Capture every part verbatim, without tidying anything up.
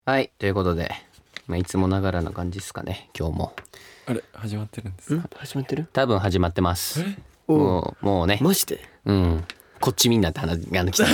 はい、ということで、まあ、いつもながらの感じですかね、今日も。 あれ始まってるんですか？ 始まってる？ 多分始まってます。 えもうもうね。 マジで？ うん。こっちみんなって話が来た。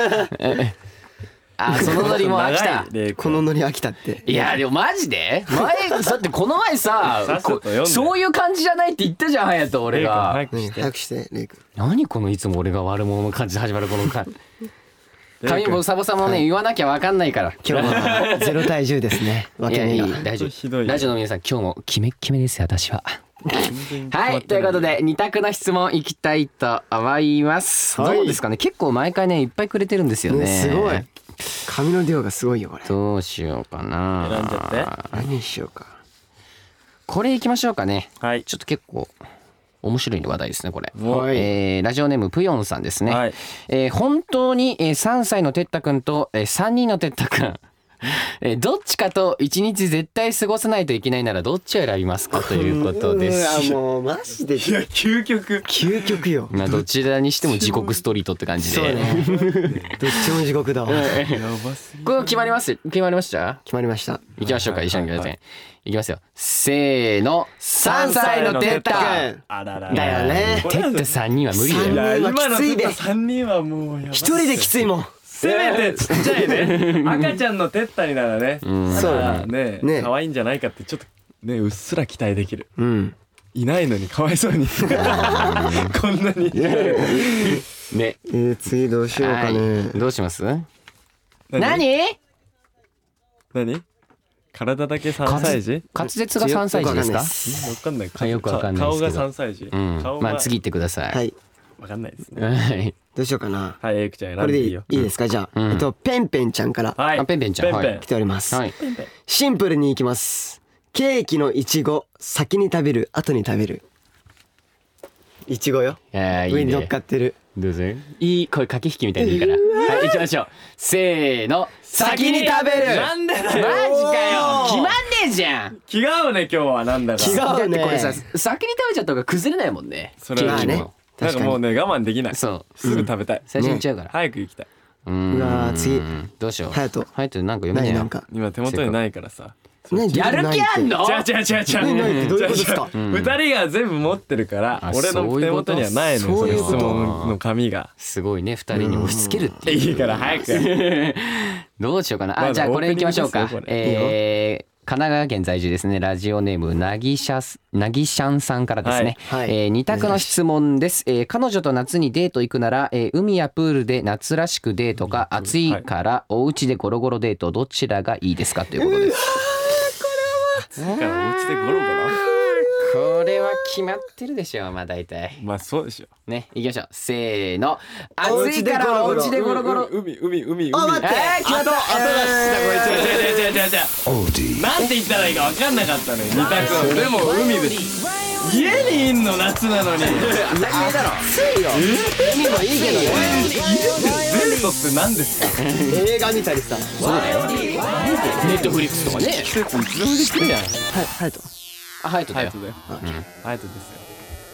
あ、そのノリも飽きた。 このノリ飽きたって。 いやでもマジで？前だってこの前さ、そういう感じじゃないって言ったじゃん、隼人俺が。 早くして、早くしてレイ君。 何このいつも俺が悪者の感じで始まるこの回。髪もサボさんもね、言わなきゃ分かんないから。 今日はゼロ対じゅうですね。わけない。 大丈夫。ラジオの皆さん、今日もキメッキメですよ、私は。はい、ということで二択の質問いきたいと思います。どうですかね、結構毎回ねいっぱいくれてるんですよね。 すごい。髪の量がすごいよこれ。 どうしようかな。 選んじゃって。 何にしようか。 これいきましょうかね。 はい。 ちょっと結構面白い話題ですねこれ、 はい。 えー、ラジオネームぷよんさんですね、 はい。 えー、本当にさんさいのてったくんとさんにんのてったくん、えー、どっちかといちにち絶対過ごさないといけないならどっちを選びますかということです。 うわもうマジでいや究極究極よ。 まあどちらにしても地獄ストリートって感じで。 そうね。どっちも地獄だわ。 やばすぎ。 これ決まります決まりました決まりました。 いきましょうか、一緒にください。いきますよ、せーの。さんさいのてったくん。 あららだよね。 てったさんにんは無理だよ。 いや今のきついべ。 さんにんはもうやばい。 一人できついもん。 せめてちっちゃいね赤ちゃんのてったにならね、 そうだね、 ね可愛いんじゃないかってちょっとねうっすら期待できる。 うん。 いないのにかわいそうにこんなにね。 えー、次どうしようかね。 どうします？ 何？ 何？ 何？体だけさんさいじ？ 滑舌がさんさいじですか？ わかんない。 よくわかんないですけど。 顔がさんさいじ。 うん。まあ次行ってください。 はい。 わかんないですね。 はい。 どうしようかな。 はい、エイクちゃんこれでいい選んでいいよ。 いいですか。じゃあ、 うんえっとペンペンちゃんからはい。 あ、ペンペンちゃん。 ペンペンはい来ております。 はい。 シンプルにいきます。ケーキのいちご先に食べる後に食べる。いちごよ。 いやーいい上に乗っね。 かってる。 どうぞ。いい、これ駆け引きみたいでいいから。はい、行きましょう。せーの。先に食べる。 なんでだマジよ。 かよ。決まんねえじゃん。 気が合うね今日はなんだか。 気が合うねだってこれさ、先に食べちゃった方が崩れないもんね。 それはねケーキもなんかもうね我慢できない。 そう。 すぐ食べたい。 最初に言っちゃうから。 早く行きたい。 うーん。 うわー次どうしよう。 隼人隼人なんか読めねえよ。 何なんか。 今手元にないからさ。 ねやる気あんの？ 違う違う違う違う。 何何ってどういうことですか。 二人が全部持ってるからあ俺の手元にはないのよ。その質そういうこと問の紙が。 すごいね、二人に押し付けるっていう。 いいから早く。 どうしようかな。あ、 まだじゃあこれいきましょうかオープニングですよこ。 えー、神奈川県在住ですね。ラジオネームなぎしゃすなぎしゃんさんからですね。 はいはいえー、二択の質問です。えー、彼女と夏にデート行くなら、えー、海やプールで夏らしくデートか、暑いからお家でゴロゴロデート、どちらがいいですかということです。 だからお家でゴロゴロ。 これは決まってるでしょう、まあ大体。 まあそうでしょ。 ね、行きましょう。せーの。 お暑いからお家でゴロゴロ。 海海海海。 あ待ってえー、決まった。 後がしたこれ違う違う違う違う違う。なんて言ったらいいか分かんなかったね。二択。でも海です。家にいんの夏なのに。 当たり前だろ。 暑いよ。海もいいけどね。 デートって何ですか？ 映画見たりさ。 そうだよ。ネットフリックスとかね。 季節いつでもできるやん。 はいはいと。 あ、ハヤトだよ。 ハヤトだよ。ハヤトですよ。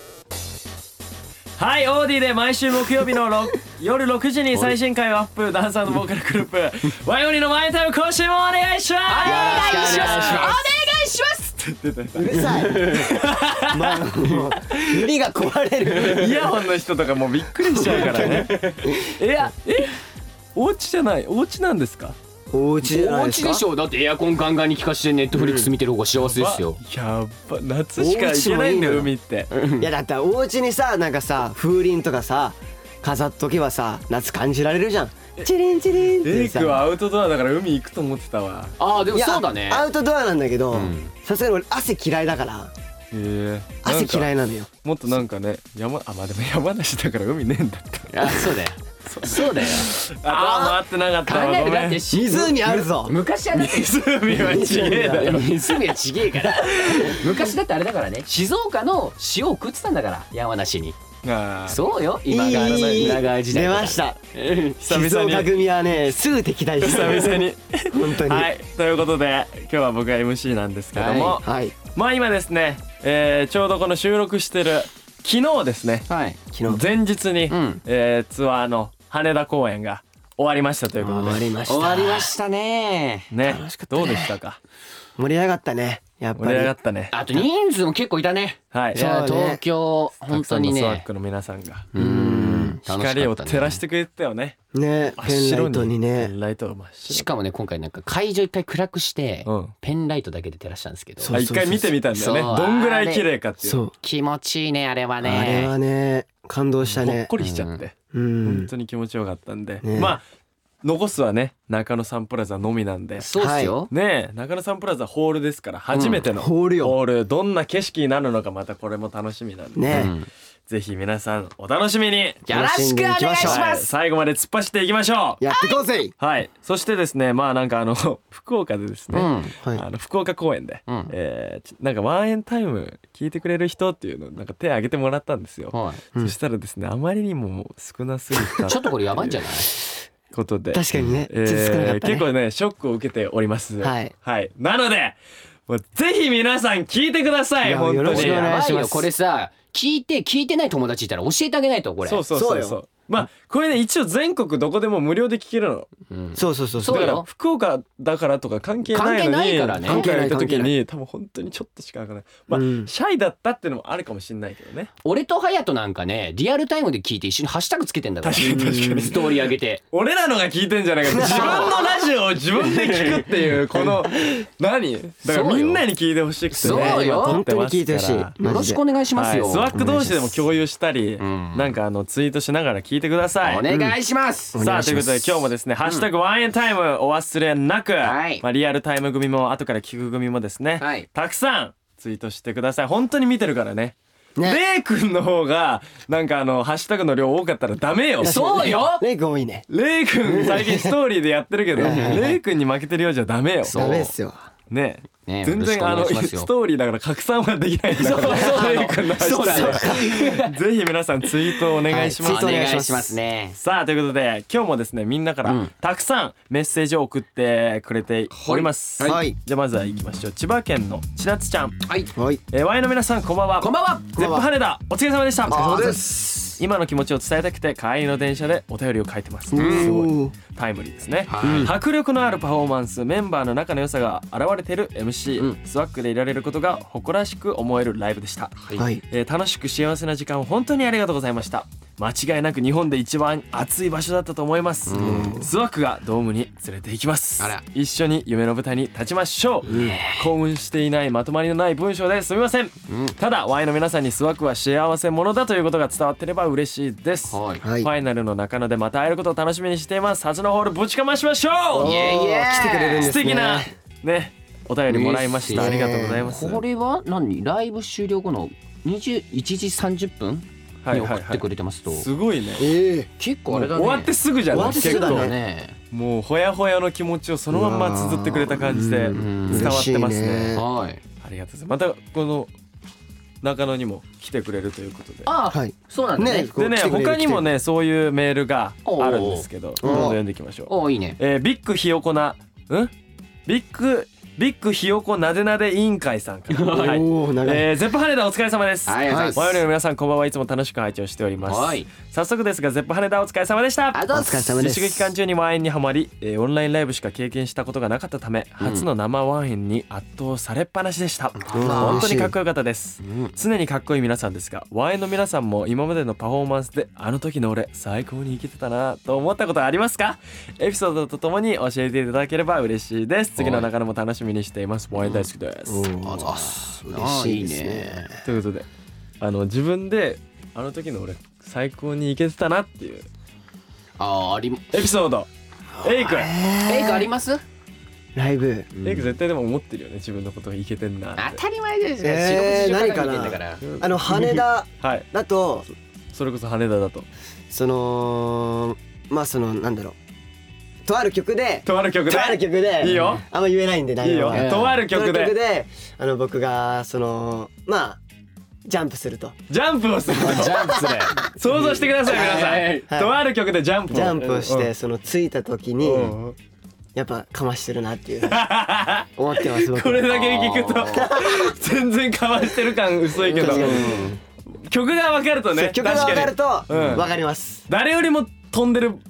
はい、オーディで毎週木曜日のろ夜ろくじに最新回をアップ。ダンサーのボーカルグループワイオニのマイタイム更新もお願いします。 お願いします。お願いします。 うるさい。まあもう指が壊れる。 イヤホンの人とかもうびっくりしちゃうからね。いや、え、お家じゃない、お家なんですか？ お家じゃなおいですか。 家でしょ。だってエアコンガンガンに効かしてネットフリックス見てる方が幸せですよ。 やば、夏しか行けないんだよ海って。 いやだってお家にさなんかさ風鈴とかさ飾っとけばさ夏感じられるじゃん。チリンチリンっレイてさ。 クはアウトドアだから海行くと思ってたわ。 ああ、でもいやそうだね。 アウトドアなんだけどんさすがに俺汗嫌いだからへえ。 汗嫌いななのよ。 んかもっとなんかね、山、あ、まあでも山梨だから海ねえんだった。 あ、そうだよ。そうだよ。 頭回ってなかったわ。 考えるごめん。 だってし湖あるぞ。 昔はだって湖はちげえだよ。 湖はちげえから。昔だってあれだからね。静岡の塩を食ってたんだから、山梨に。 ああ、 そうよ。今川のいい裏側時代だから。 出ました。 久々に静岡組はねすぐ敵対した。 久々に。 本当に。 はい、ということで今日は僕が エムシー なんですけども、 はい。 まあ今ですね、えーちょうどこの収録してる昨日ですね、 はい。 昨日。 前日に、 うんえーツアーの羽田公演が終わりましたということで終わりました終わりましたね。 ね楽しかったねどうでしたか。 盛り上がったねやっぱり盛り上がったね。 あと人数も結構いたね。 はい。 いやそうね東京本当にね。 たくさんのスワックの皆さんがうん光を照らしてくれてたよね。 ねペンライトにペねンライトが真っ白。 しかもね今回なんか会場一回暗くして、 うんペンライトだけで照らしたんですけど、 そうあ一回見てみたんだよね。 そうどんぐらい綺麗かっていう。 そう気持ちいいねあれはね。 あれはね感動したねほっこりしちゃって、 うん本当に気持ちよかったんで、 ねまあ残すはね中野サンプラザのみなんで。 そうっすよ。 ねえ中野サンプラザホールですから初めてのホールよホールどんな景色になるのかまたこれも楽しみなんで、 ねうんぜひ皆さんお楽しみに。 よろしくお願いしはい、 ます。 最後まで突っ走っていきましょう。 やってこうぜはいそしてですねまあなんかあの福岡でですね、 うんはいあの福岡公演で、 うんえーちなんかワンエンタイム聞いてくれる人っていうのをなんか手挙げてもらったんですよ、 はそしたらですねあまりにも少なすぎたい。ちょっとこれやばいんじゃない？ 確ことでかにねえちょっと少なかーったね結構ねショックを受けておりますはいなのでもうぜひ皆さん聞いてくださいいや本当によろしくお願いしますやばいよこれさ聞いて聞いてない友達いたら教えてあげないとこれ。 そうそうそうそうよそうまあこれね一応全国どこでも無料で聞けるのうんそうそうそうそうよだから福岡だからとか関係ないのに関係ないからね今回行った時関係なに多分本当にちょっとしか開かないまあ、 うんシャイだったっていうのもあるかもしれないけどね俺と隼人なんかねリアルタイムで聞いて一緒にハッシュタグつけてんだから。 確かに確かにストーリー上げて。 俺らのが聞いてんじゃないか自分のラジオを自分で聞くっていうこの何だからみんなに聞いてほしくてそうねよ今撮ってます本当に聞いてほしいからよろしくお願いしますよ。 はい、スワック同士でも共有したり、 んなんかあのツイートしながら聞いてください。 お願いします。 さあということで今日もですね「ハッシュタグワンエンタイム」お忘れなく、 はいまあ、リアルタイム組も後から聞く組もですね、 はいたくさんツイートしてください。本当に見てるからね。 ねレイ君の方がなんかあのハッシュタグの量多かったらダメよ。 そうよ。 レイ君多いねレイ君最近ストーリーでやってるけどレイ君に負けてるようじゃダメよ。 そうダメっすよねね全然あのよろしくお願いしますよストーリーだから拡散はできないんだからレイ君のハッシュタグぜひ皆さんツイートお願いします、 はいツイートお願いしますお願いしますね。 さあということで今日もですねみんなからうんたくさんメッセージを送ってくれております、 はいはいじゃあまずは行きましょう。千葉県の千夏ちゃん、 はい。 はいえー、ワイの皆さんこんばんは。 こんばんは。 ゼップ羽田お疲れ様でした。 お疲れ様です。今の気持ちを伝えたくて帰りの電車でお便りを書いてます。すごいうんタイムリーですね、 はい迫力のあるパフォーマンスメンバーの仲の良さが現れている エムシー、 うんスワックでいられることが誇らしく思えるライブでした、 はいえー楽しく幸せな時間を本当にありがとうございました。間違いなく日本で一番暑い場所だったと思います。スワックがドームに連れて行きます。 あら一緒に夢の舞台に立ちましょう、興奮していないまとまりのない文章ですみません、ただワイの皆さんにスワックは幸せ者だということが伝わっていれば嬉しいです、 はい。 はいファイナルの中野でまた会えることを楽しみにしています。初のホールぶちかましましょう。 イエイイエイ来てくれるんですね素敵なねお便りもらいました。ありがとうございます。 これは何ライブ終了後のにじゅういちじさんじゅっぷんに送ってくれてますと、 すごいね。 ええ結構あれだね。 終わってすぐじゃない。 終わってすぐだ結構ね。 もうほやほやの気持ちをそのまんま綴ってくれた感じでうん伝わってます嬉しいね。 ねはい。 ありがとうございます。またこの中野にも来てくれるということで。 ああ、 はいそうなんだね。 ねでね来てくれる他にもねそういうメールがあるんですけど、どんどんおー読んでいきましょう。 おおいいね。 えービッグひよこな、うんビッグビッグひよこなでなで委員会さんから、はいおー長いえーゼップ羽田お疲れ様です。 はい、ありがとうございます。 ワイオリの皆さんこんばんはいつも楽しく拝聴しております。 はい早速ですがゼップ羽田お疲れ様でした。 ありがとうおございます。 疲れ様です自粛期間中にワインにはまり、えーオンラインライブしか経験したことがなかったため、初の生ワインに圧倒されっぱなしでした。本当にかっこよかったです、常にかっこいい皆さんですがワインの皆さんも今までのパフォーマンスであの時の俺最高にイケてたなと思ったことありますか？エピソードとともに教えていただければ嬉しいです。次の中野も楽しみにしています。ワイン大好きです、 おあーざっす。 嬉しいですねあいいね。 ということであの自分であの時の俺最高にイケてたなっていうああ、あり、 エピソードエイクえいかあります？ ライブエイク絶対でも思ってるよね自分のことがイケてんなって当たり前ですよ。 えー四六時中何かな見てんだから。 あの羽田はいだとそれこそ羽田だとそのまあそのなんだろうとある曲でとある曲でとある曲でいいよあんま言えないんで内いいよ容はえとあるとある曲で曲であの僕がそのまあジャンプするとジャンプをするジャンプする。 想像してください皆さん、 はいとある曲でジャンプをジャンプをしうんてその着いた時にうんうんやっぱかましてるなっていう思ってます僕はこれだけ聞くとあ全然かわしてる感薄いけど確か曲が分かるとね曲が分かると確かにうん分かります誰よりも飛んでる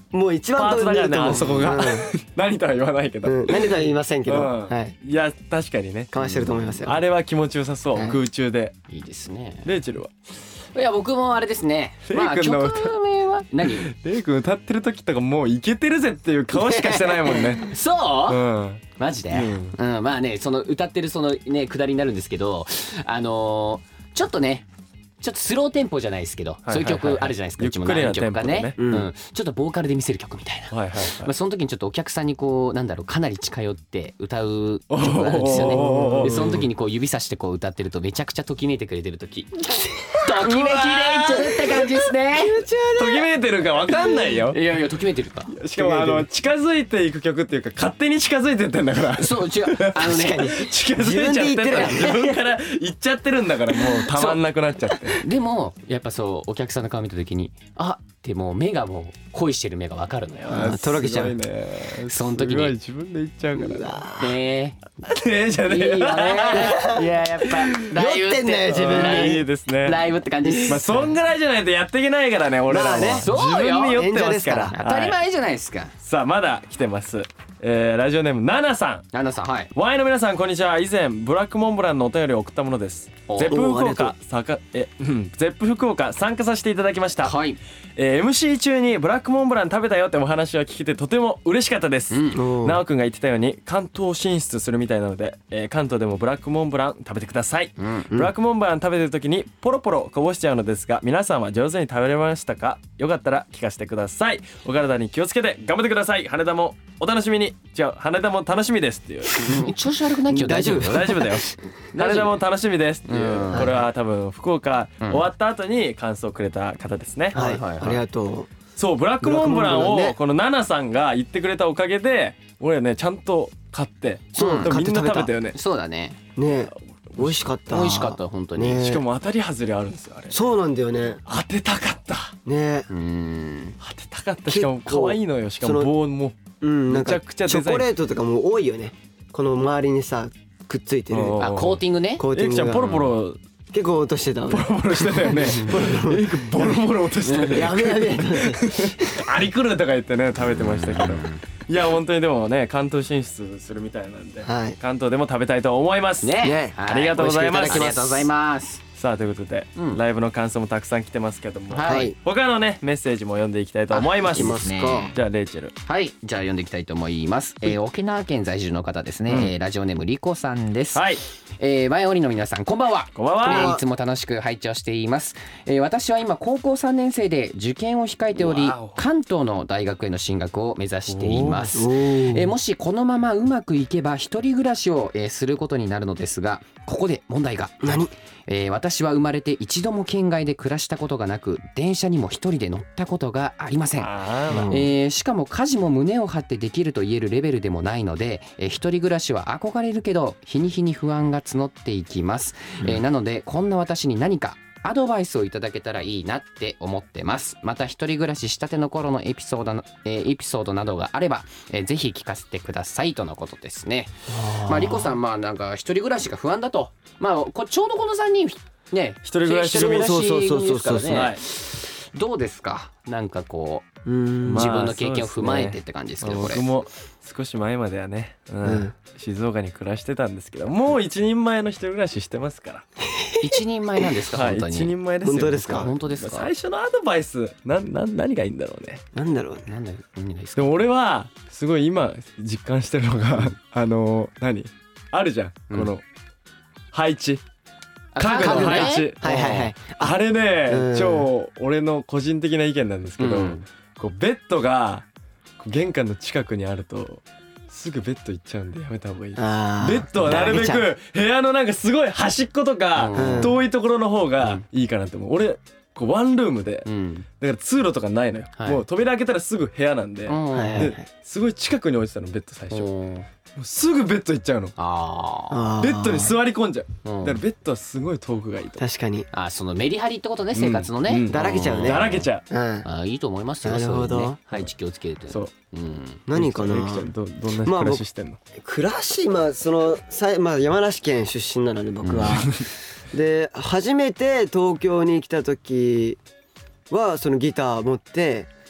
もう一番パーツだからね飛んでると思うあそこが、 うん何とは言わないけど、 うん、何とは言いませんけど、 うんはい、 いや確かにねかましてると思いますよ。 あれは気持ちよさそう、 はい空中で。 いいですね。 レイチェルは？ いや僕もあれですね。まあレイ君の曲名は何？ レイ君歌ってる時とかもうイケてるぜっていう顔しかしてないもんね。 そうう？ ん。 マジで？ ううん、まあねその歌ってるそのね下りになるんですけど、あのーちょっとね。ちょっとスローテンポじゃないですけど、そういう曲あるじゃないですか。うちも何曲かね、 ゆっくりなテンポでねうん、ちょっとボーカルで見せる曲みたいな。 はいはいはい。 まあ、その時にちょっとお客さんにこうなんだろうかなり近寄って歌う曲があるんですよおーね。でその時にこう指さしてこう歌ってるとめちゃくちゃときめいてくれてる時ときめきレイチェルって感じですね。 ときめいてるかわかんないよ。 いやいやときめいてるか。 しかもあの近づいていく曲っていうか勝手に近づいてってんだから。 そう違うあのね近づいちゃってんだから自分から行っちゃってるんだからもうたまんなくなっちゃって。 でもやっぱそうお客さんの顔見た時にあってもう目がもう恋してる目がわかるのよ。 あとろけちゃうすごいね。 その時にすごい自分で言っちゃうからね。 ねねえじゃねえよ。 えいいよね。いややっぱライブっ酔ってんだよ自分にライいいですね。 ライブって感じです。 まあそんぐらいじゃないとやっていけないからね俺らも、 まあね自分に酔ってますから。 そうよ当たりはい前じゃないですか。 さあまだ来てます。えー、ラジオネームナナさん。 ナナさんはい。 ワイの皆さんこんにちは。以前ブラックモンブランのお便りを送ったものです。 おゼップ福おありがと岡さかえうんゼップ福岡参加させていただきました。 はい。 えー、エムシー 中にブラックモンブラン食べたよってお話を聞けてとても嬉しかったです。 うんおーなおくんが言ってたように関東進出するみたいなので、えー関東でもブラックモンブラン食べてください。 うんブラックモンブラン食べてる時にポロポロこぼしちゃうのですが皆さんは上手に食べれましたか？よかったら聞かせてください。お体に気をつけて頑張ってください。羽田もお楽しみに。違う羽田も楽しみですっていう調子悪くないけど大丈夫。 大丈夫だよ羽田も楽しみですっていう、 うんこれは多分福岡終わった後に感想をくれた方ですね。 はい、 はいはいはいありがとそうブラックモンブランをブラックモンブランねこのナナさんが言ってくれたおかげで俺はねちゃんと買ってそうでもみんな買って食べた食べたよね。 そうだね。 う。ねえ美味しかった。 美味しかった本当に。 ねしかも当たり外れあるんですよあれ。 そうなんだよね。 当てたかったねうーん。 当てたかった。しかも可愛いのよ。しかもその棒もうんなんかめちゃくちゃデザインチョコレートとかも多いよね。この周りにさくっついてるうんあコーティングね。 エイクちゃんコーティングがポロポロ結構落としてた。 ポロポロしてたよね。エイクボロボロ落としてたよ。 やべやべ。 アリクルとか言ってね食べてましたけど。いや本当にでもね関東進出するみたいなんで、 はい関東でも食べたいと思います。 ねねはいありがとうございますありがとうございます。 さあということで、 うんライブの感想もたくさん来てますけども、 はいはい他のねメッセージも読んでいきたいと思います。 いきますか。 ねじゃあレイチェル。 はいじゃあ読んでいきたいと思います。えー沖縄県在住の方ですね。 うんえーラジオネームリコさんです。 はいえー、バイオリンの皆さんこんばんは。 こんばんはえーいつも楽しく拝聴しています。えー私は今高校さんねん生で受験を控えておりわお関東の大学への進学を目指しています。 おーえーもしこのままうまくいけば一人暮らしを、えーすることになるのですがここで問題が。 何？ えー私は生まれて一度も県外で暮らしたことがなく電車にも一人で乗ったことがありません。 あー、まあえーしかも家事も胸を張ってできると言えるレベルでもないので、えー一人暮らしは憧れるけど日に日に不安が募っていきます、えーなのでこんな私に何かアドバイスをいただけたらいいなって思ってます。また一人暮らししたての頃のエピソードの、えーエピソードなどがあれば、えーぜひ聞かせてくださいとのことですね。まあリコさんまあなんか一人暮らしが不安だとまあこちょうどこのさんにんね一人暮らし組一人暮らし組ですからそうそうそうそうそうねはいどうですかなんかこううーんまあ自分の経験を踏まえてって感じですけど、これまあ僕も少し前まではね、うんうん静岡に暮らしてたんですけどもう一人前の一人暮らししてますから。 一人前なんですか、 はい本当に一人前ですよ。 本当ですか僕は本当ですかまあ最初のアドバイスなんなん何がいいんだろうね。 なんだろうね。 なんだ何がですか。 でも俺はすごい今実感してるのがあの何あるじゃん、 うんこの配置あ家具の配置、 ねはいはいはい。 あれね、 うん超俺の個人的な意見なんですけど、 うんこうベッドがこう玄関の近くにあるとすぐベッド行っちゃうんでやめた方がいい。ベあーッドはなるべだらけちゃうく部屋のなんかすごい端っことかうん遠いところの方がいいかなって思う。俺こうワンルームでうんだから通路とかないのよ、 はいもう扉開けたらすぐ部屋なんで、 うんはいはいですごい近くに置いてたのベッド最初、もうんうすぐベッド行っちゃうの。 ああーベッドに座り込んじゃう。 ー、うんだからベッドはすごい遠くがいいと。 確かに。 あそのメリハリってことね生活のね、 うんだらけちゃうねだらけちゃう。 うん。 あいいと思いますよなるほどそういうね配置気をつけてそう。 うん何かなゆきちゃんどどんなまあ暮らししてんの？ 暮らしまあそのさいまあ山梨県出身なので僕は。で初めて東京に来た時はそのギター持って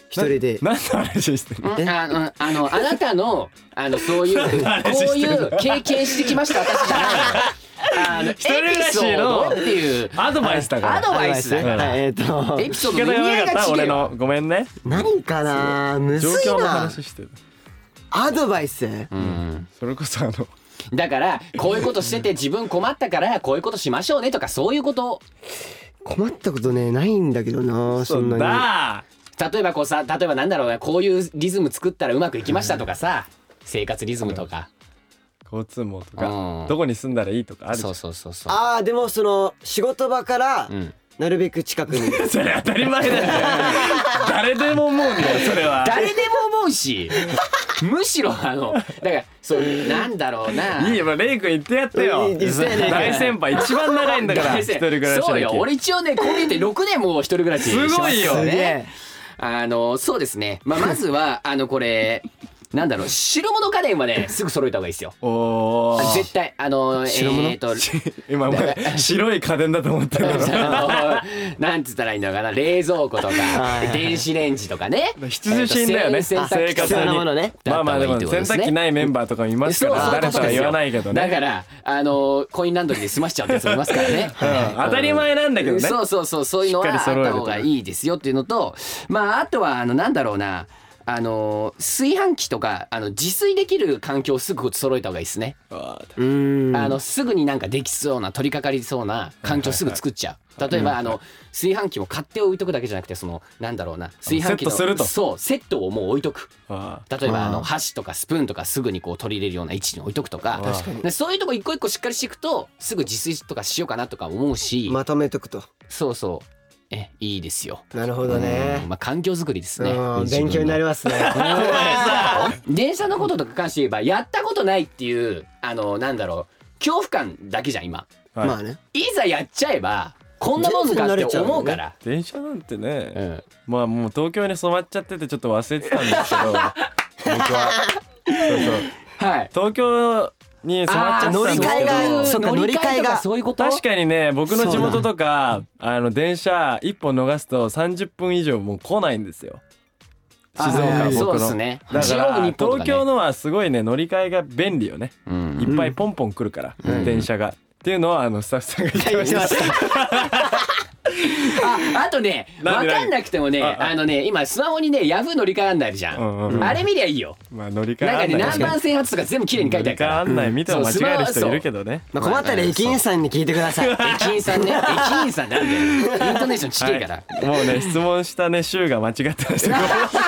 一人で何の話してるの？ うんあのあのあなたのあのそういうこういう経験してきました私じゃないの。あのエピ人暮らしのソードっていうアドバイスだから。 アドバイスだからはいえっとエピソー聞かなドの意味合いかった俺が違うよ。 のごめんね。 何かなむずい状況のな話してる。 アドバイスうんそれこそあのだからこういうことしてて自分困ったからこういうことしましょうねとかそういうこと困ったことねないんだけどなそんなにだ例えばこうさ例えばなんだろうなこういうリズム作ったらうまくいきましたとかさ生活リズムとか交通網とうかんどこに住んだらいいとかあるじゃん。 そうそうそうそうあーでもその仕事場からうんなるべく近くにそれ当たり前だよ。誰でも思うんだよそれは。 誰でも思うしむしろあのだからそうなんだろうないいよ、まあレイ君言ってやってよ。 うん言ってね大先輩一番長いんだから大先一人暮らしそうよ歴。 俺一応ねこう見てろくねんも一人暮らししてますからねすごいよすげえあのそうですねまあまずはあのこれなんだろう白物家電はねすぐ揃えた方がいいですよおー絶対あの白物えーと今お前白い家電だと思ってる。 あのなんつったらいいのかな冷蔵庫とかはいはい電子レンジとかね必需品だよねえーと洗濯機とか必要なものねまあまあでもだった方がいいってことですね洗濯機ないメンバーとかもいますからそうそう誰とは言わないけどね。 だからあのコインランドリーで済ましちゃうってやつもいますからねうん当たり前なんだけどね。 そうそうそうそういうのはあっしっかり揃えるとた方がいいですよっていうのとまああとはあのなんだろうなあの炊飯器とかあの自炊できる環境をすぐ揃えた方がいいですね。 あうーんあのすぐになんかできそうな取り掛かりそうな環境をすぐ作っちゃう。例えばあの炊飯器も買って置いとくだけじゃなくてそのなんだろうな炊飯器のセットするとそうセットをもう置いとく。 あ例えばあのあー箸とかスプーンとかすぐにこう取り入れるような位置に置いとくとか確かでそういうとこ一個一個しっかりしていくとすぐ自炊とかしようかなとか思うし、 まとめとくとそうそうえいいですよ。 なるほどうんねまあ環境づくりですね。 うん勉強になりますね電車のこととか関して言えばやったことないっていうあのなんだろう恐怖感だけじゃん今。 はいまあねいざやっちゃえばこんなもんかって思うから。 電車なんてね、 うんまあもう東京に染まっちゃっててちょっと忘れてたんですけど僕はそうそうはい。 東京に染まっちゃってたんですけど乗り換えがそっか乗り換えと乗り換えがそういうこと。 確かにね僕の地元とかあの電車一本逃すとさんじゅっぷん以上もう来ないんですよ静岡あーそう僕のですね。 だか中央ら日本とかね東京のはすごいね乗り換えが便利よねうんいっぱいポンポン来るから、 うん電車がっていうのはあのスタッフさんが言ってましたああとねなんで分かんなくてもねあああのね今スマホにねヤフー乗り換え案内あるじゃん。 うんうんうんあれ見りゃいいよ。 まあ乗り換えなんかね案内何番線発とか全部綺麗に書いてあるから。 案内見ても間違える人いるけどね。 まあ困ったら駅員さんに聞いてください駅員さんね駅員さんなんだよイントネーションちげえから。 もうね質問したね週が間違ってました。すい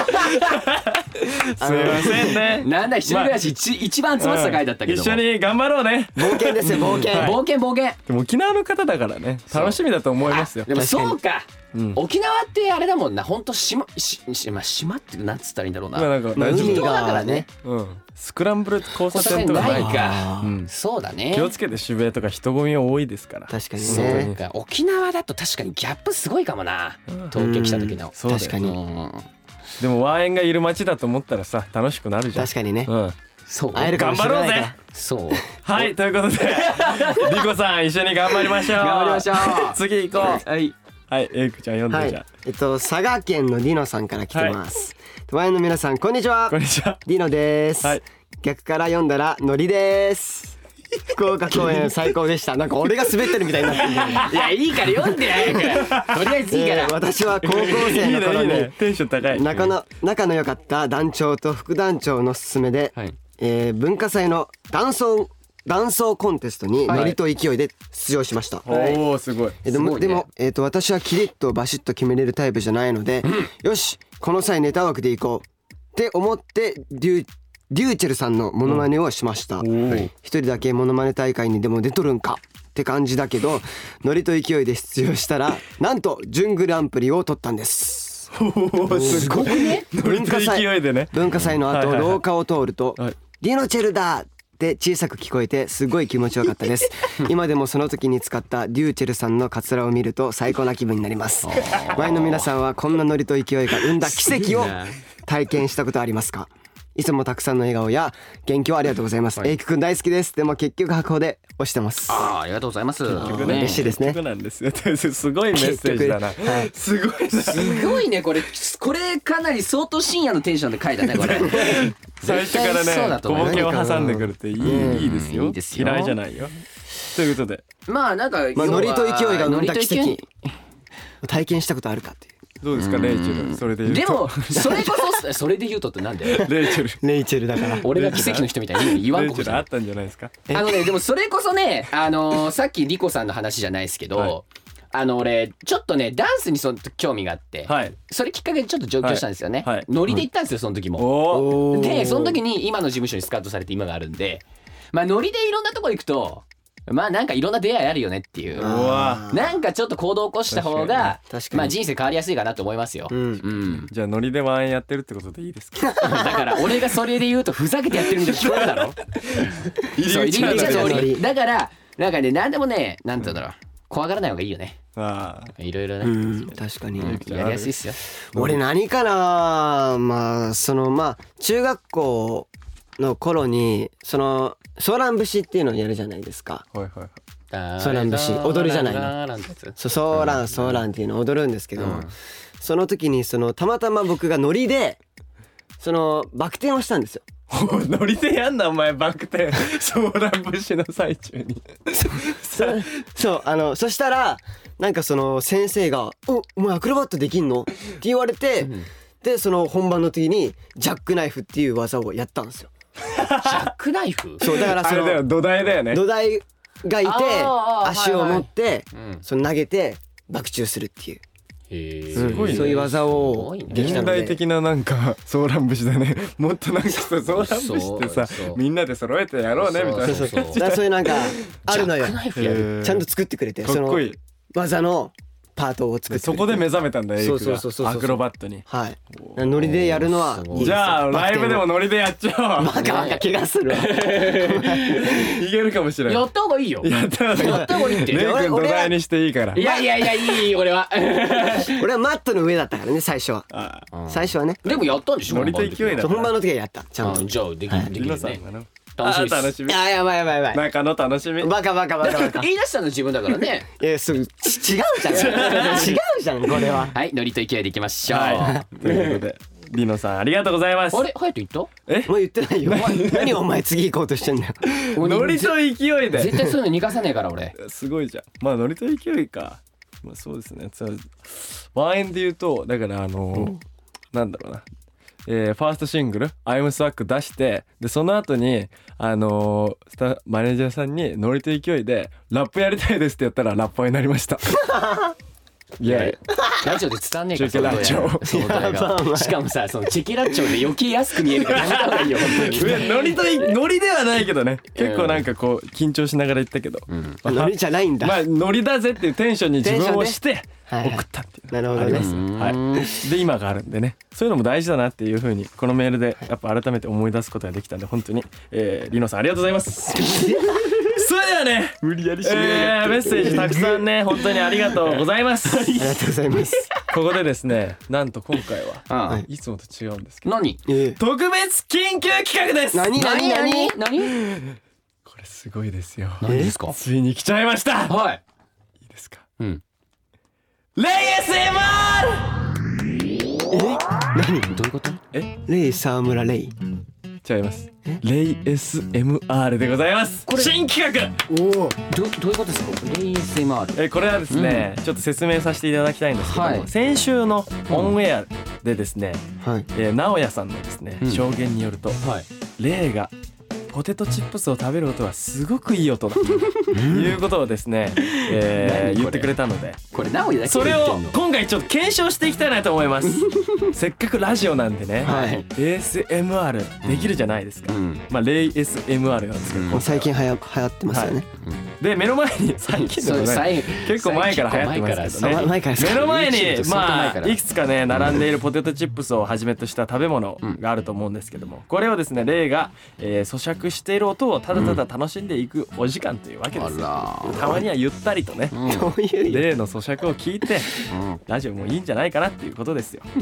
ませんね。 なんだ一人暮らし一一番詰まってた回だったけども。 一緒に頑張ろうね。 冒険ですよ冒険冒険冒険。 でも沖縄の方だからね楽しみだと思いますよ。 でもそうか。 うん沖縄ってあれだもんな本当島ししまあ島ってなんつったらいいんだろうな。 まあなんかまあ大丈海離島だがからね。 夫。うん。スクランブル交差交差点点とかないないか。 うんそうだね。 気をつけて渋谷とか人混み多いですから。 確かにそうねか沖縄だと確かにギャップすごいかもな東京来た時の。 そうだよ確かにうんでもワーエンがいる街だと思ったらさ楽しくなるじゃん。 確かにねうん。 そう会えるかもしれないからそうはいということでリコさん一緒に頑張りましょう。 頑張りましょう次行こう。 はいはいエイクちゃん読んではいじゃえっと佐賀県のディノさんから来てますワインの皆さんこんにちはあ。こんにちは。 ディノです、 はい逆から読んだらノリです福岡公演最高でしたなんか俺が滑ってるみたいになってるんだよねいやいいから読んで早くとりあえずいいからえー私は高校生いいねの頃にいいねテンション高い。 仲の仲の良かった団長と副団長の勧めで、 はいえー文化祭のダンソーダンソーコンテストにはいノリと勢いで出場しました、 おおすごい。 えでもすごいねでも、えー、と私はキリッとバシッと決めれるタイプじゃないので、よしこの際ネタ枠でいこうって思ってデュデューチェルさんのモノマネをしました、 ー一人だけモノマネ大会にでも出とるんかって感じだけどノリと勢いで出場したらなんと準グランプリを取ったんですおおすごい。 ねノリと勢いでね。 文化祭の後はいはいはい廊下を通るとはい 「ディノチェルだ!」って小さく聞こえてすごい気持ちよかったです今でもその時に使ったデューチェルさんのカツラを見ると最高な気分になりますワインの皆さんはこんなノリと勢いが生んだ奇跡を体験したことありますかいつもたくさんの笑顔や元気をありがとうございます、 はいエイクくん大好きです。でも結局白鵬で押してます。 ああ、ありがとうございます。 結局ね嬉しいですね結局なんですよすごいメッセージだな、 結局はいすごいなすごいねこれ。これかなり相当深夜のテンションで書いたねこれ。 最初からそうだね小と思うボケを挟んでくるっていい、 うんいいですよいいですよ嫌いじゃないよということでまあなんか、 まあ、ノリと勢いが生んだ奇ノリ跡体験したことあるかっていうどうですかレイチェルそれで言うとでもそれこそそれで言うとってなんでレイチェルレイチェルだから俺が奇跡の人みたいに言わんレイことじゃない。 チェルあったんじゃないですかあのねでもそれこそねあのーさっきリコさんの話じゃないですけど、 はいあの俺ちょっとねダンスにその時興味があって、 はいそれきっかけでちょっと上京したんですよね、 はいはいノリで行ったんですよその時も。 おおでその時に今の事務所にスカウトされて今があるんで、まあノリでいろんなとこ行くとまあなんかいろんな出会いあるよねっていう、 うわなんかちょっと行動を起こした方が確かにまあ人生変わりやすいかなと思いますよ、 うんうんじゃあノリでワンエンやってるってことでいいですかだから俺がそれで言うとふざけてやってるみたいに聞こえるだろそう入り口は入りノリ口だからなんかね何でもねなんて言うんだろう怖がらない方がいいよねああいろいろね、 うん確かに、 うんやりやすいっすよ。 俺何かなまあそのまあ中学校の頃にそのソーラン節っていうのをやるじゃないですか。 はいはいはいソーラン節踊るじゃないののそうソーランソーランっていうのを踊るんですけど、 うんその時にそのたまたま僕がノリでそのバク転をしたんですよ。 おいノリでやんなお前バク転ソーラン節の最中にそそうあのそしたらなんかその先生が「おお前アクロバットできんの?」って言われて、でその本番の時にジャックナイフっていう技をやったんですよ。 ジャックナイフそうだからそあれだよの土台だよね土台がいてあー足を持ってうんその投げてバク宙するっていう、 へすごいねそういう技をできた現ので代的ななんかソーラン節だねもっとなんかさソーラン節ってさそうそうみんなで揃えてやろうねみたいなそうそうそうだからそういうなんかあるのよジャックナイフやるへーちゃんと作ってくれてかっこいい技のパートを作ってくれてそこで目覚めたんだエイクそうそうそうそうそうがアクロバットにはいノリでやるのはいいですよ。 じゃあライブでもノリでやっちゃおうバク転をバカバカ怪我するわいけるかもしれないやった方がいいよやったらやった方がいいってレイ俺君土台にしていいからいやいやいやいい俺は俺はマットの上だったからね最初はあ最初はねでもやったんでしょノリと勢いだそう本番の時はやったちゃんとあじゃあできるできリノるねさんがな楽しみっすあ楽しみいややばいやばいやばい中の楽しみバカバカバカバカ言い出したの自分だからねいやすぐち違うじゃん違うじゃんこれははいノリと勢いでいきましょう、 はいということでリノさんありがとうございますあれ隼人言っもう言ってないよ何お前次行こうとしてんだよたノリと勢い絶で対そういうの逃がさねえから俺すごいじゃんまあノリと勢いかまあそうですねそうワンエンで言うとだからあのーなんだろうなえーファーストシングル「I'm Swag」出してでその後にあのースタマネージャーさんにノリと勢いでラップやりたいですってやったらラッパーになりましたイエラジオで伝わんねえからチェケラッチョその動画やばお前しかもさそのチェケラッチョで余計安く見えるからやめた方がいいよ本当にーイノリといノリではないけどね結構なんかこう緊張しながら言ったけど、 うんまあノリじゃないんだまあノリだぜっていうテンションに自分をしてはいはい送ったっていうなるほどねありますはいで今があるんでねそういうのも大事だなっていう風にこのメールでやっぱ改めて思い出すことができたんで本当に、えー、リノさんありがとうございますそれではね無理やりえー、メッセージたくさんね本当にありがとうございますありがとうございますここでですねなんと今回はああいつもと違うんですけど何えー特別緊急企画です何何何何これすごいですよ何ですかついに来ちゃいましたはいいいですかうんレイ エスエムアどういうことレイ沢村レイール違いますレイ エスエムアール でございます新企画おおどどういうことですかレイ エスエムアールえーこれはですね、ちょっと説明させていただきたいんですけども、 はい先週のオンエアでですね、 はいえー直哉さんのですね、 うん証言によるとはいレイがポテトチップスを食べる音はすごくいい音だということをですね、えー何これ言ってくれたのでこれ直哉だけそれを言ってんの今回ちょっと検証していきたいなと思いますせっかくラジオなんでね、 はいエーエスエムアール できるじゃないですか、 うんまあレイ エスエムアール なんですけど、 うんもう最近はや流行ってますよね、 で目の前に最近でもなそう最い結構前から流行ってますけどねあ前からですか目の前 YouTube にって相当前まからあいくつかね並んでいるポテトチップスをはじめとした食べ物があると思うんですけどもこれをですねレイが、えー咀嚼している音をただただ楽しんでいくお時間というわけですよ、 あたまにはゆったりとね、 らうんどういうレイの咀嚼を聞いてうんラジオもいいんじゃないかなっていうことですよ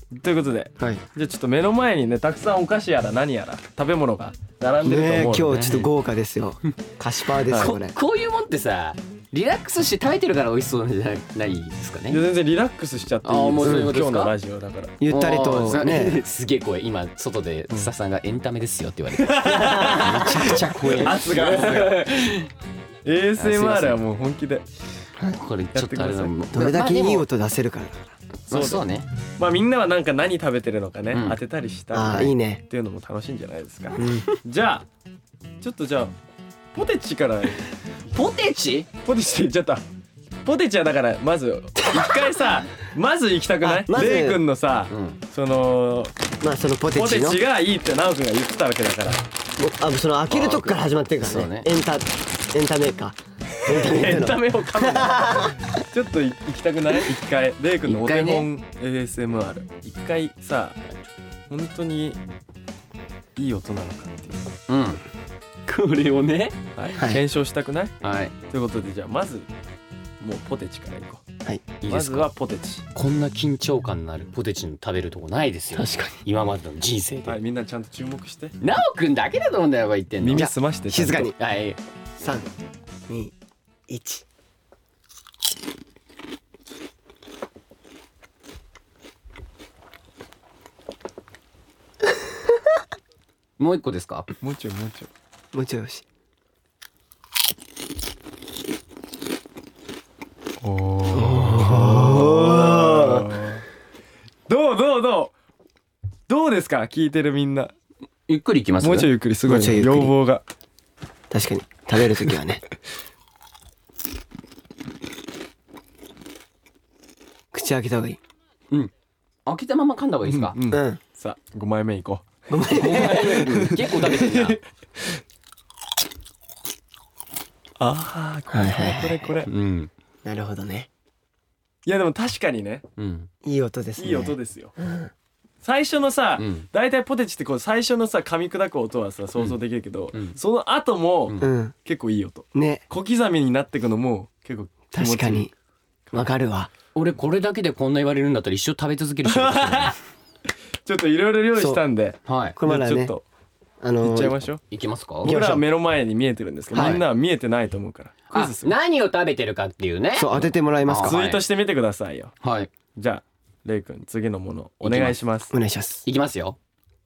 ということで、 はいじゃあちょっと目の前にねたくさんお菓子やら何やら食べ物が並んでるとねえ思うので、 今日ちょっと豪華ですよ菓子パーですよここれこういうもんってさリラックスして食べてるから美味しそうなんじゃないですかね。 いや全然リラックスしちゃっていいですあーもうそういうことですか今日のラジオだからゆったりあとーねすげえ声今外でスタッフさんがエンタメですよって言われてめちゃくちゃ声圧が圧が エーエスエムアール はもう本気でこれちょっとあれだやもんどれだけいいまあでも音出せるからまあそうね。 まあみんなはなんか何食べてるのかね、 うん当てたりしたあありっいいねていうのも楽しいんじゃないですか、 うんじゃあちょっとじゃあポテチからポテチポテチって言っちゃったポテチはだからまず一回さまず行きたくないあまずレイ君のさ、 うんそのまあそのポテポテチのチがいいって直君が言ってたわけだからあその開けるとこから始まってるからそうねねエンタエンタメーカーエンタメエンーカータメを噛むなちょっとい行きたくない一回レイ君のお手一回ね本 エーエスエムアール 一回さ本当にいい音なのかっていううんこれをねはい、 はい検証したくないはいということでじゃあまずもうポテチからいこうはいまずはいいですか。 ポテチこんな緊張感のあるポテチの食べるとこないですよ。 確かに今までの人生で。 はいみんなちゃんと注目してなおくんだけだと思うんだよ言ってんの。 耳澄ましてちゃんと静かにはい。 さんにいちもう一個ですか。 もうちょいもうちょいもうちょいよしどうどうどうどうですか聞いてるみんなゆっくりいきます。 もうちょいゆっくりすごいもうちょいゆっくり要望が確かに食べるときはね口開けた方がいいうん。開けたまま噛んだ方がいいですか。 うんうんさあごまいめいこ結構食べてるな。 うああこれこれこれこれうん。 なるほどねいやでも確かにねうん。 いい音ですねいい音ですよ最初のさうん大体ポテチってこう最初のさ噛み砕く音はさ想像できるけどうんその後もうんうん結構いい音ね小刻みになっていくのも結構気持ちいい確かにわかるわ俺これだけでこんな言われるんだったら一生食べ続ける人ですよね。 ちょっといろいろ用意したんではい。 これまだねちょっとあのいっちゃいましょういきますか。 僕らは目の前に見えてるんですけどはいみんなは見えてないと思うからクイあズする何を食べてるかっていうね。 そう当ててもらえますあかツイートしてみてくださいよはい。 じゃあレイ君次のものお願いしますお願いしますいきますよ。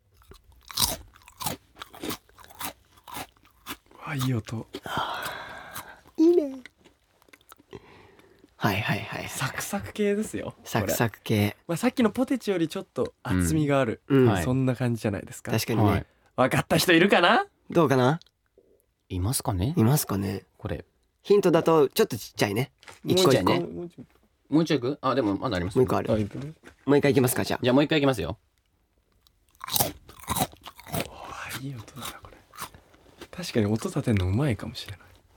わいい音いいねはいはいはいサクサク系ですよサククサク系まあさっきのポテチよりちょっと厚みがあるうんはいそんな感じじゃないですか確かにねはい。 分かった人いるかなどうかないますかね。 いますかねこれ。 ヒントだとちょっとちっちゃいね一個一個もうちょいねもうちょいもうちょいいく？あでもまだあります。 もう一個あるあいくねもう一回いきますかじゃじゃあもう一回いきますよ。 あいい音だなこれ確かに音立てるのうまいかもしれない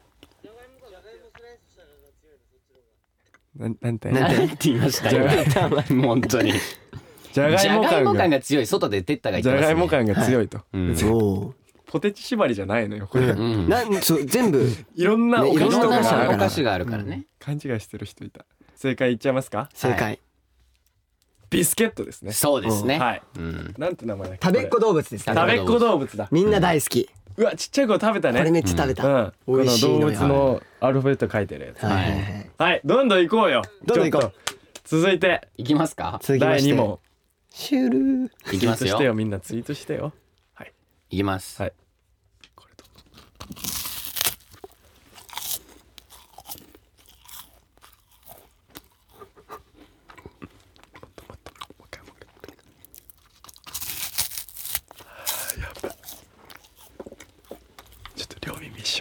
なんなんてなんてなんて言いましたじゃが今本当に。 じゃがじゃいも感ががいも感が強い外でテッタが言ってますね。 じゃがいも感が強いと、 うん別にあおおポテチ縛りじゃないのよこれ、 うん。 なんそう全部いろんなねお菓子とかいろんながあるからお菓子があるからね。 勘違いしてる人いた正解いっちゃいますか正解、 はビスケットですねそうですね。 はいうん。 なんて名前だっけ食べっ子動物ですね食べっ子動物だみんな大好き、 うわちっちゃい子食べたねこれめっちゃ食べた、 うん、この美味しいのよ動物のアルファベット書いてるやつはいはいはいはいどんどん行こうよどんどん行こうちょっと続いていきますか。 だい続きましてに問シュルーいきますツイートしてよよ。 みんなツイートしてよはいいきます。 はいこれどうぞやばいちょっと両耳一緒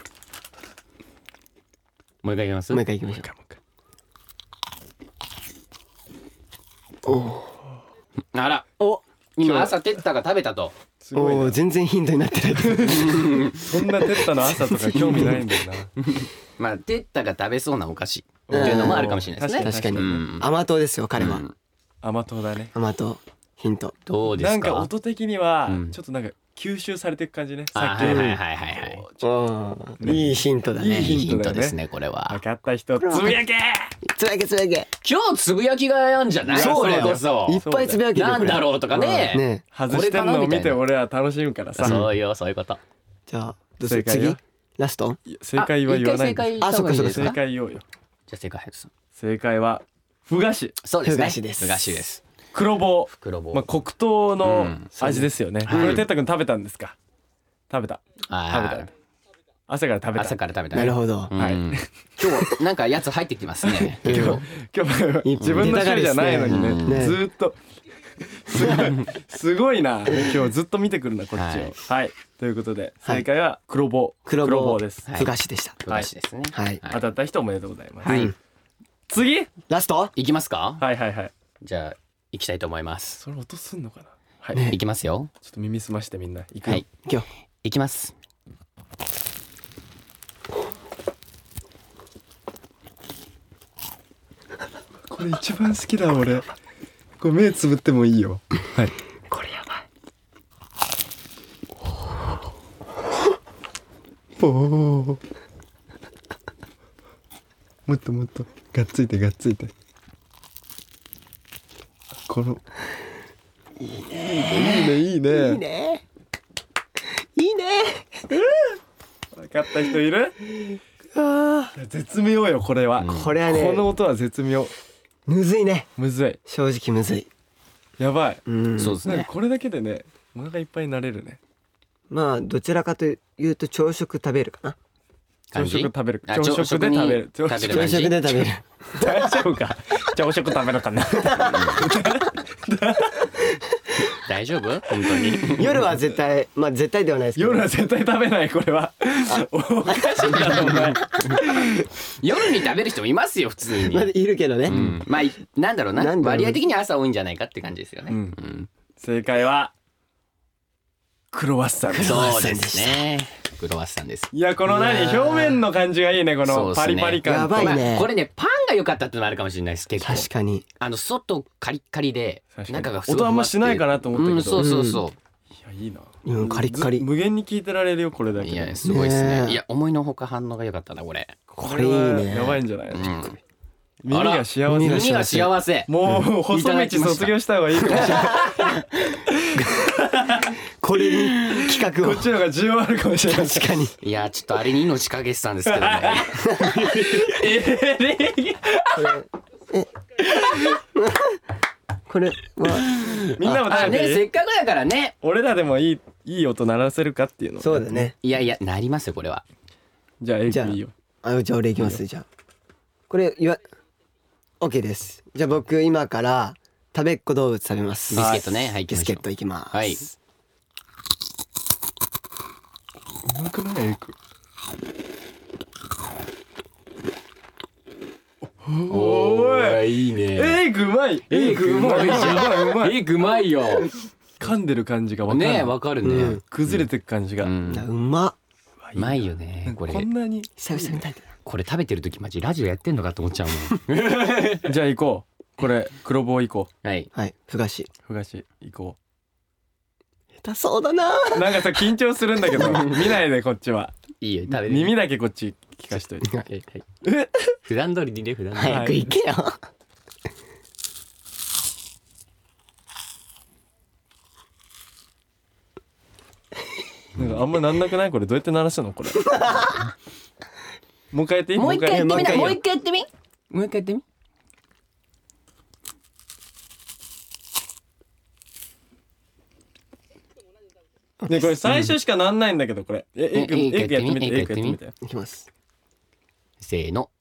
もう一回いきます。 もう一回行きましょもう一回もう一回あら、 お今朝テッタが食べたと。 おすごいなお全然ヒントになってないそんなテッタの朝とか興味ないんだよなまあテッタが食べそうなお菓子っていうのもあるかもしれないですね。 確かにうん甘党ですよ彼は、 うん甘党だね甘党ヒントどうですか。 なんか音的にはうんちょっとなんか吸収されていく感じねさあっきのはいはいはいはいはい。 うんいいヒントだねいいヒントだよねヒントですねこれは。 分かった人つぶやけつぶやけつぶやけ。 今日つぶやきがやんじゃない？ そうだよれこそいっぱいつぶやけてなんだろうとかね。 ね。 外してんのを見て俺は楽しむからさ。 そうよ、そういうこと。 じゃあどうする次ラスト。 正解は言わないんです。 あ、そっかそっか。 正解言おうよ。 じゃあ正解早くする。 正解はふ菓子。 そうですね。 ふ菓子です。 ふ菓子です。 黒棒。 黒棒。 まあ黒糖の味ですよね。これてったくん食べたんですか？食べた。食べた。朝から食べた。 朝から食べた。 なるほど。 はい。 今日なんかやつ入ってきてますね。 今日今日自分の種じゃないのにね。ずーっとすごいすごいな。今日ずっと見てくるなこっちを。はい。ということで正解は黒棒。 黒棒です。 ふ菓子でした。 ふ菓子ですね。 はい。 当たった人おめでとうございます。 はい。 次ラスト。 いきますか？ はいはいはい。 じゃあ行きたいと思います。 それ音すんのかな。はい。 行きますよ。 ちょっと耳すましてみんな行くよ。 はい。 行くよ。 行きます。 これ一番好きだ俺。これ目つぶってもいいよ。はい。 これやばい。 おお。もっともっとがっついてがっついて。このいいねいいねいいねいいね。いいね。 分かった人いる？ ああ。絶妙よこれは。 これはね。 この音は絶妙。 むずいね。 むずい。 正直むずい。 やばい。 うん。 そうですね。 これだけでねお腹いっぱいになれるね。 まあどちらかというと朝食食べるかな。 朝食食べる。朝食で食べる。 朝食で食べる。 大丈夫か。朝食食べるかな。 大丈夫？本当に。 夜は絶対、まあ絶対ではないですけど。 夜は絶対食べないこれは。おかしいなお前。 夜に食べる人もいますよ普通に。 まあいるけどね。 まあなんだろうな。割合的には朝多いんじゃないかって感じですよね。 正解はクロワッサンです。 そうですね。クロワッサンです。 いやこの何表面の感じがいいねこのパリパリ感。 やばいね。 これねパンが良かったってのもあるかもしれないです結構。 確かに。 あの外カリッカリで中が音あんましないかなと思ったけど。 そうそうそう。 いやいいな。 うんカリッカリ。 無限に聞いてられるよこれだけ。 いやすごいですね。いや思いのほか反応が良かったなこれ。 これいいね。 やばいんじゃない？耳が幸せ。 耳が幸せ。 もう細道卒業した方がいいかもしれない。 これに企画を。 こっちの方が需要あるかもしれない。 確かに。 いやちょっとあれに命かけてたんですけどね。 これはみんなも食べていい？ せっかくだからね。 俺らでもいいいい音鳴らせるかっていうの。 そうだね。 いやいやなりますよこれは。 じゃあエイ君いいよ。 あじゃあ俺いきますじゃあ。これ言わ OK です。じゃあ僕今から食べっ子動物食べます。 ビスケットね。はい。 ビスケットいきます。 はい。 うまくないエイ君。 おーいいね。 エイ君うまい。 エイ君うまいじゃん。 うまい。 エイ君うまいよ。 噛んでる感じがわかる。 ねわかるね。 崩れてく感じが。 うまっ。 うまいよねこれ。 こんなに久々に食べた。 これ食べてる時マジラジオやってんのかと思っちゃうもん。 じゃあ行こう。これ黒棒行こう。はいはい。ふ菓子。 ふ菓子行こう。下手そうだな。 なんかさ緊張するんだけど見ないでこっちは。 いいよ食べる。 耳だけこっち聞かしといて。はいはい。普段通りにね普段通り。 早く行けよ。 なんかあんまなんなくないこれどうやって鳴らすのこれ。もう一回やっていい？ もう一回やってみな。もう一もう一回やってみ。もう一回やってみ。 ねこれ最初しかなんないんだけどこれ。えエイ君エイ君やってみてエイ君やってみて。 いきます。 せーの。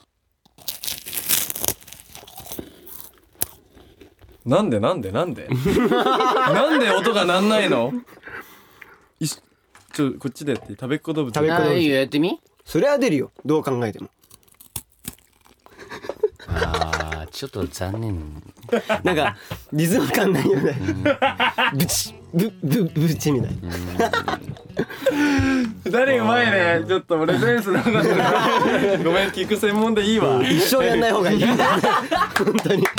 なんでなんでなんでなんで音がなんないの？いちょこっちでやって食べっ子動物。 食べっ子動物。 いいよやってみ。 それは出るよ。どう考えても。 あーちょっと残念。 なんかリズム感ないよね。ブチブブブチみたいな。 誰うまいね。ちょっと俺センスなかった。ごめん聞く専門でいいわ。 一生やんない方がいい。本当に。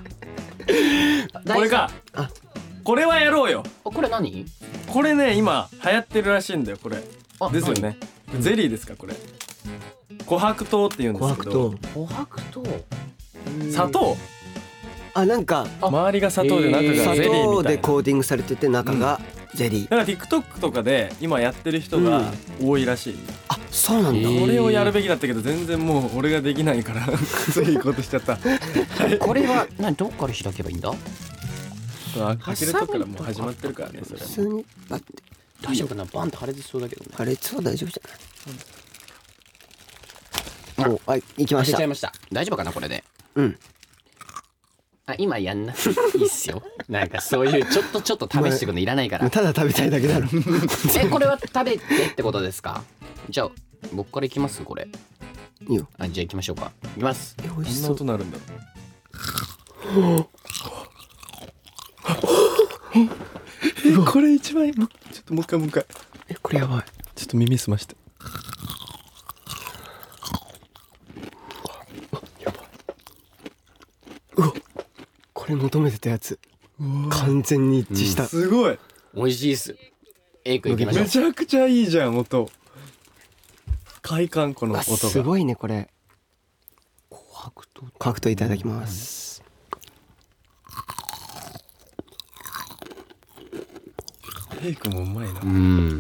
これか。これはやろうよ。 これ何？ これね今流行ってるらしいんだよこれ。 あですよね。ゼリーですかこれ。 琥珀糖って言うんで琥すけど、 珀糖。 琥珀糖。 砂糖、 あ、なんか周りが砂糖で中砂がゼリー糖みたいな。 でコーティングされてて中がゼリー。 だから TikTok とかで今やってる人が多いらしい。 あ、そうなんだ。 えーこれをやるべきだったけど全然もう俺ができないからついことしちゃった。 これは何どっから開けばいいんだ？ あ、開けるとこからもう始まってるからね、それ普は。 通にバッて大丈夫かな？バンと破裂しそうだけどね。 あれそう大丈夫じゃない。お、はい、行きました開けちゃい。ました。大丈夫かなこれで？ うん。 あ、今やんなくていいっすよ。なんかそういうちょっとちょっと試してくのいらないから。 ただ食べたいだけだろ。 え、これは食べてってことですか？じゃあ僕からいきますこれ。 いいよ。 あ、じゃあ行きましょうか。いきます。 え、美味こんなしそう。 音なるんだ。え、これ一番いい。もうちょっともう一回もう一回。 え、これやばい。 ちょっと耳すまして。 これ求めてたやつ。完全に一致した。 すごい。 美味しいっす。エイク行きましょうめ。ちゃくちゃいいじゃん音。快感このあ、 音が。 すごいねこれ。 琥珀糖。 琥珀糖いただきます。 ヘイクもうまいなう。ん。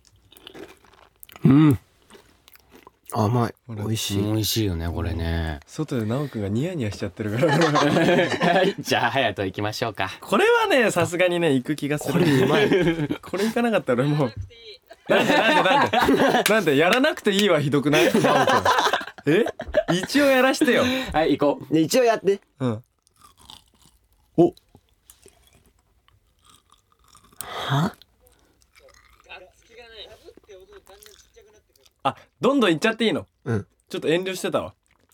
うん。甘い。 ほら美味しい。 美味しいよねこれね。 外で直くんがニヤニヤしちゃってるからはい。じゃあ隼人行きましょうか。 これはねさすがにね行く気がする。 これうまい。 これ行かなかったら俺もうなんでなんでなんでなんでやらなくていいはひどくない？直くんえ一応やらしてよ。 はい行こう。 で一応やって。 うん。お、 は？ あ、どんどん行っちゃっていいの？ うん。 ちょっと遠慮してたわ。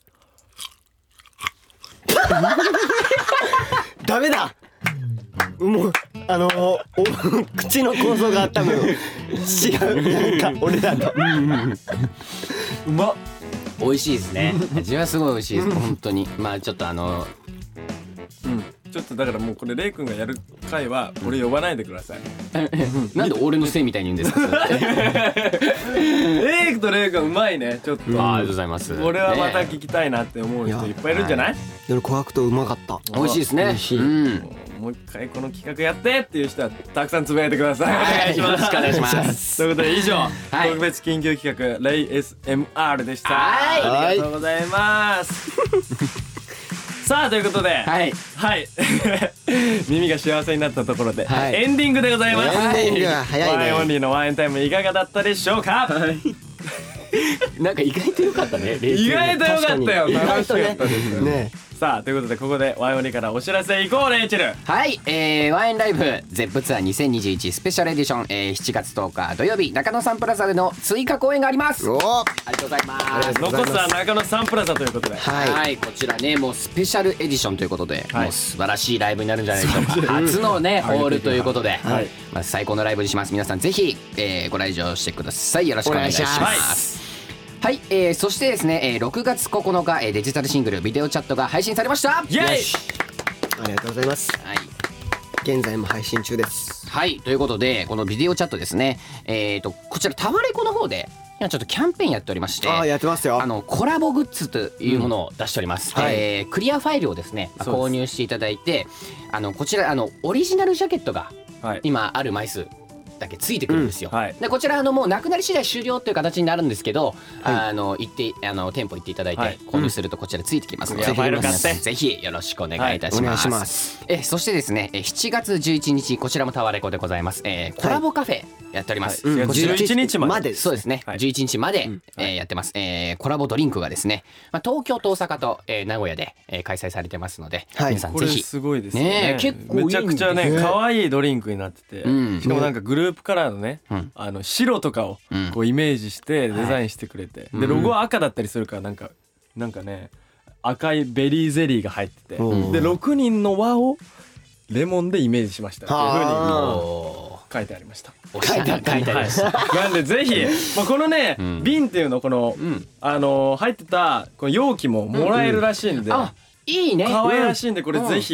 ダメだ。もうあのー、お口の構造があったのよ。違う。なんか俺だと。 うまっ。 美味しいですね。味はすごい美味しいです本当に。まあちょっとあのうん。ちょっとだからもうこれレイくんがやる回は俺呼ばないでください。 なんで俺のせいみたいに言うんですか？それレイクとレイくんうまいねちょっと。 ありがとうございます。 俺はまたね聞きたいなって思う人いっぱいいるんじゃない？ でも琥珀糖うまかった。 美味しいですね。 美味しいうん。 もう一回この企画やってっていう人はたくさんつぶやいてください。 はいお願いします。 よろしくお願いしますということで以上、 はい特別緊急企画レイ エスエムアール でした。 はいありがとうございます。さあということで、 はい。 はい耳が幸せになったところで、 はいエンディングでございます。 エンディングが早いねワインオンリーのワインタイムいかがだったでしょうか？ なんか意外と良かったね。 意外と良かったよ。 意外楽しかとねったです。 ねさあということでここでワイオンリーからお知らせいこう。レイチェル。 はい、えー、ワインライブゼップツアーにせんにじゅういちスペシャルエディション、えー、しちがつとおか土曜日中野サンプラザでの追加公演があります。 おーありがとうございます。 ありがとうございます残すは中野サンプラザということで、 はい、 はい、こちらねもうスペシャルエディションということで、 はいもう素晴らしいライブになるんじゃないでしょうか。初のねホールということで、 はいまあ、最高のライブにします。皆さんぜひ、えー、ご来場してください。よろしくお願いします。 お願いしますはい、えー、そしてですね、えー、ろくがつここのか、えー、デジタルシングルビデオチャットが配信されました。 イエイ。 ありがとうございます。 はい現在も配信中です。 はい、ということでこのビデオチャットですね、えー、とこちらタワレコの方で今ちょっとキャンペーンやっておりまして、 ああやってますよ。 あのコラボグッズというものを出しております、 うんはいえークリアファイルをですね、まあそうです購入していただいて、あのこちらあのオリジナルジャケットがはい。 今ある枚数だけついてくるんですよ、 うんはいでこちらあのもうなくなり次第終了という形になるんですけど、 はいあの行ってあの店舗行っていただいて、 はい購入するとこちらついてきますので、 クリアファイル買って皆さんぜひよろしくお願いいたします。 はいお願いしますえそしてですねえしちがつじゅういちにちこちらもタワレコでございます、えーコラボカフェやっております、 はいうんこちらじゅういちにちまでそうですね、 はいじゅういちにちまで、 うんえーやってます、えーコラボドリンクがですね、まあ、東京と大阪と、えー名古屋で、えー開催されてますので、 はいこれ皆さんぜひすごいですよねねえ結構いいんですよめちゃくちゃねね可愛いドリンクになってて、 うんしかもなんかグループカラーのね、 うんあの白とかをうんこうイメージしてデザインしてくれて、 いでロゴは赤だったりするからなんかなんかね赤いベリーゼリーが入ってて、 うんでろくにんの輪をレモンでイメージしましたっていうふうにはお書いてありました。 ーおしゃれ書いてありました、 はい、なんでぜひ、まあ、このね、 うん瓶っていうのこの、 うんあのー入ってたこの容器ももらえるらしいんで、 あいいね可愛らしいんでこれぜひ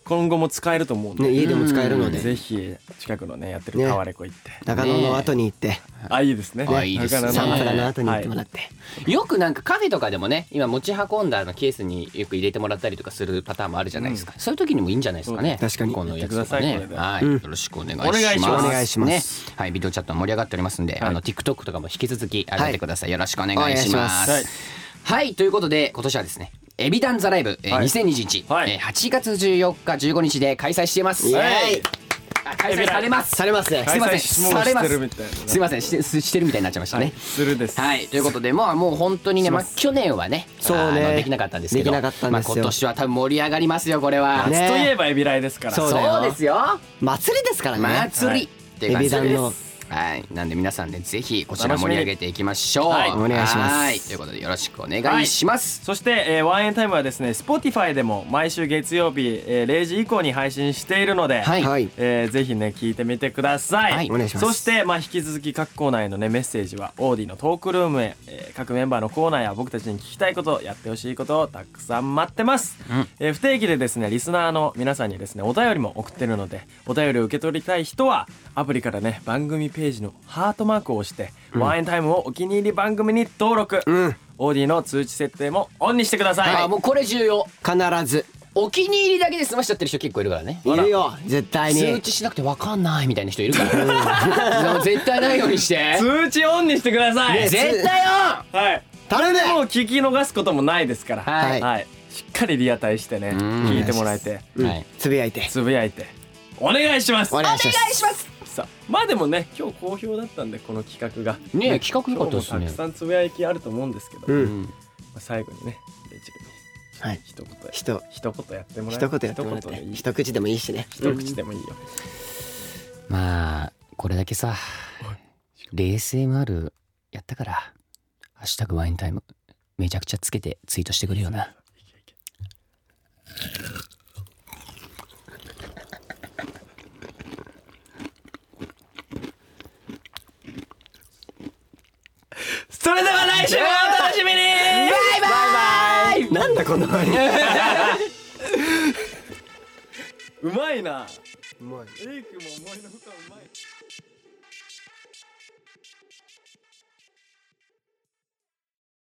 今後も使えると思うんで、 ね、家でも使えるので、 ぜひ近くのねやってるタワレコ行って、 中野の後に行って、 あいいですね。 あいいですね。 中野サンプラの後に行ってもらって、 よくなんかカフェとかでもね今持ち運んだのケースによく入れてもらったりとかするパターンもあるじゃないですか、そういう時にもいいんじゃないですかね。 確かにこのやつとかね。 やってくださはい、よろしくお願いします。 お願いしますお願いしますね。はい、ビデオチャット盛り上がっておりますんで、あの TikTok とかも引き続き上げてください。よろしくお願いします。 はいはい、ということで今年はですねエビダンザライブ、えーはいにせんにじゅういち、 はいえーはちがつじゅうよっかじゅうごにちで開催しています。 イエーイあ開催されます。 されますね。 すいません、 開催質問してるみたいなねすいませんしてしてるみたいになっちゃいましたね。 するです。 はい、ということでまあもう本当にね、まあ去年はね、 そうねあのできなかったんですけど、 できなかったんですよまあ今年は多分盛り上がりますよこれは。 ね夏といえばエビライですから。 そうだよそうですよ。 祭りですからね。 祭りっていう感じエビダンのです。はい、なんで皆さんでぜひこちら盛り上げていきましょう。 はいお願いしますはい、ということでよろしくお願いします。 そして、えー、ワンエンタイムはですね Spotify でも毎週月曜日、えー、れいじ以降に配信しているので、 はいはい。 えーぜひね聞いてみてください、 はいお願いします。 そして、まあ、引き続き各コーナーへの、ね、メッセージはオーディのトークルームへ、えー各メンバーのコーナーや僕たちに聞きたいことやってほしいことをたくさん待ってます、 うんえー不定期でですねリスナーの皆さんにですねお便りも送ってるのでお便りを受け取りたい人はアプリからね番組ページのハートマークを押して、ワンエンタイムをお気に入り番組に登録、 うん。 オーディの通知設定もオンにしてください、 あもうこれ重要。 必ずお気に入りだけで済ましちゃってる人結構いるからね。 いるよ。絶対に。 通知しなくてわかんないみたいな人いるから。でも絶対ないようにして。 通知オンにしてください、 ね絶対よ。 はい頼む。 もう聞き逃すこともないですから、 はいしっかりリアタイしてねん聞いてもらえてはい。 つぶやいて。 つぶやいてお願いします。 お願いします。 します。 さあまあでもね今日好評だったんでこの企画がねえ企画良かったですね今日もたく。さんつぶやきあると思うんですけど、 うんうんまあ、最後にねレイチェルにはい。 一言ひと一言やってもら一言やってもらって一言でいい一口でもいいしね。 一口でもいいよ、 まあこれだけさレース エムアール やったからハッシュタグワインタイムめちゃくちゃつけてツイートしてくれよな。 それでは来週もお楽しみに。バイバイ。 なんだこの割。 うまいな。 うまい。 エイクも思いのほかうまい。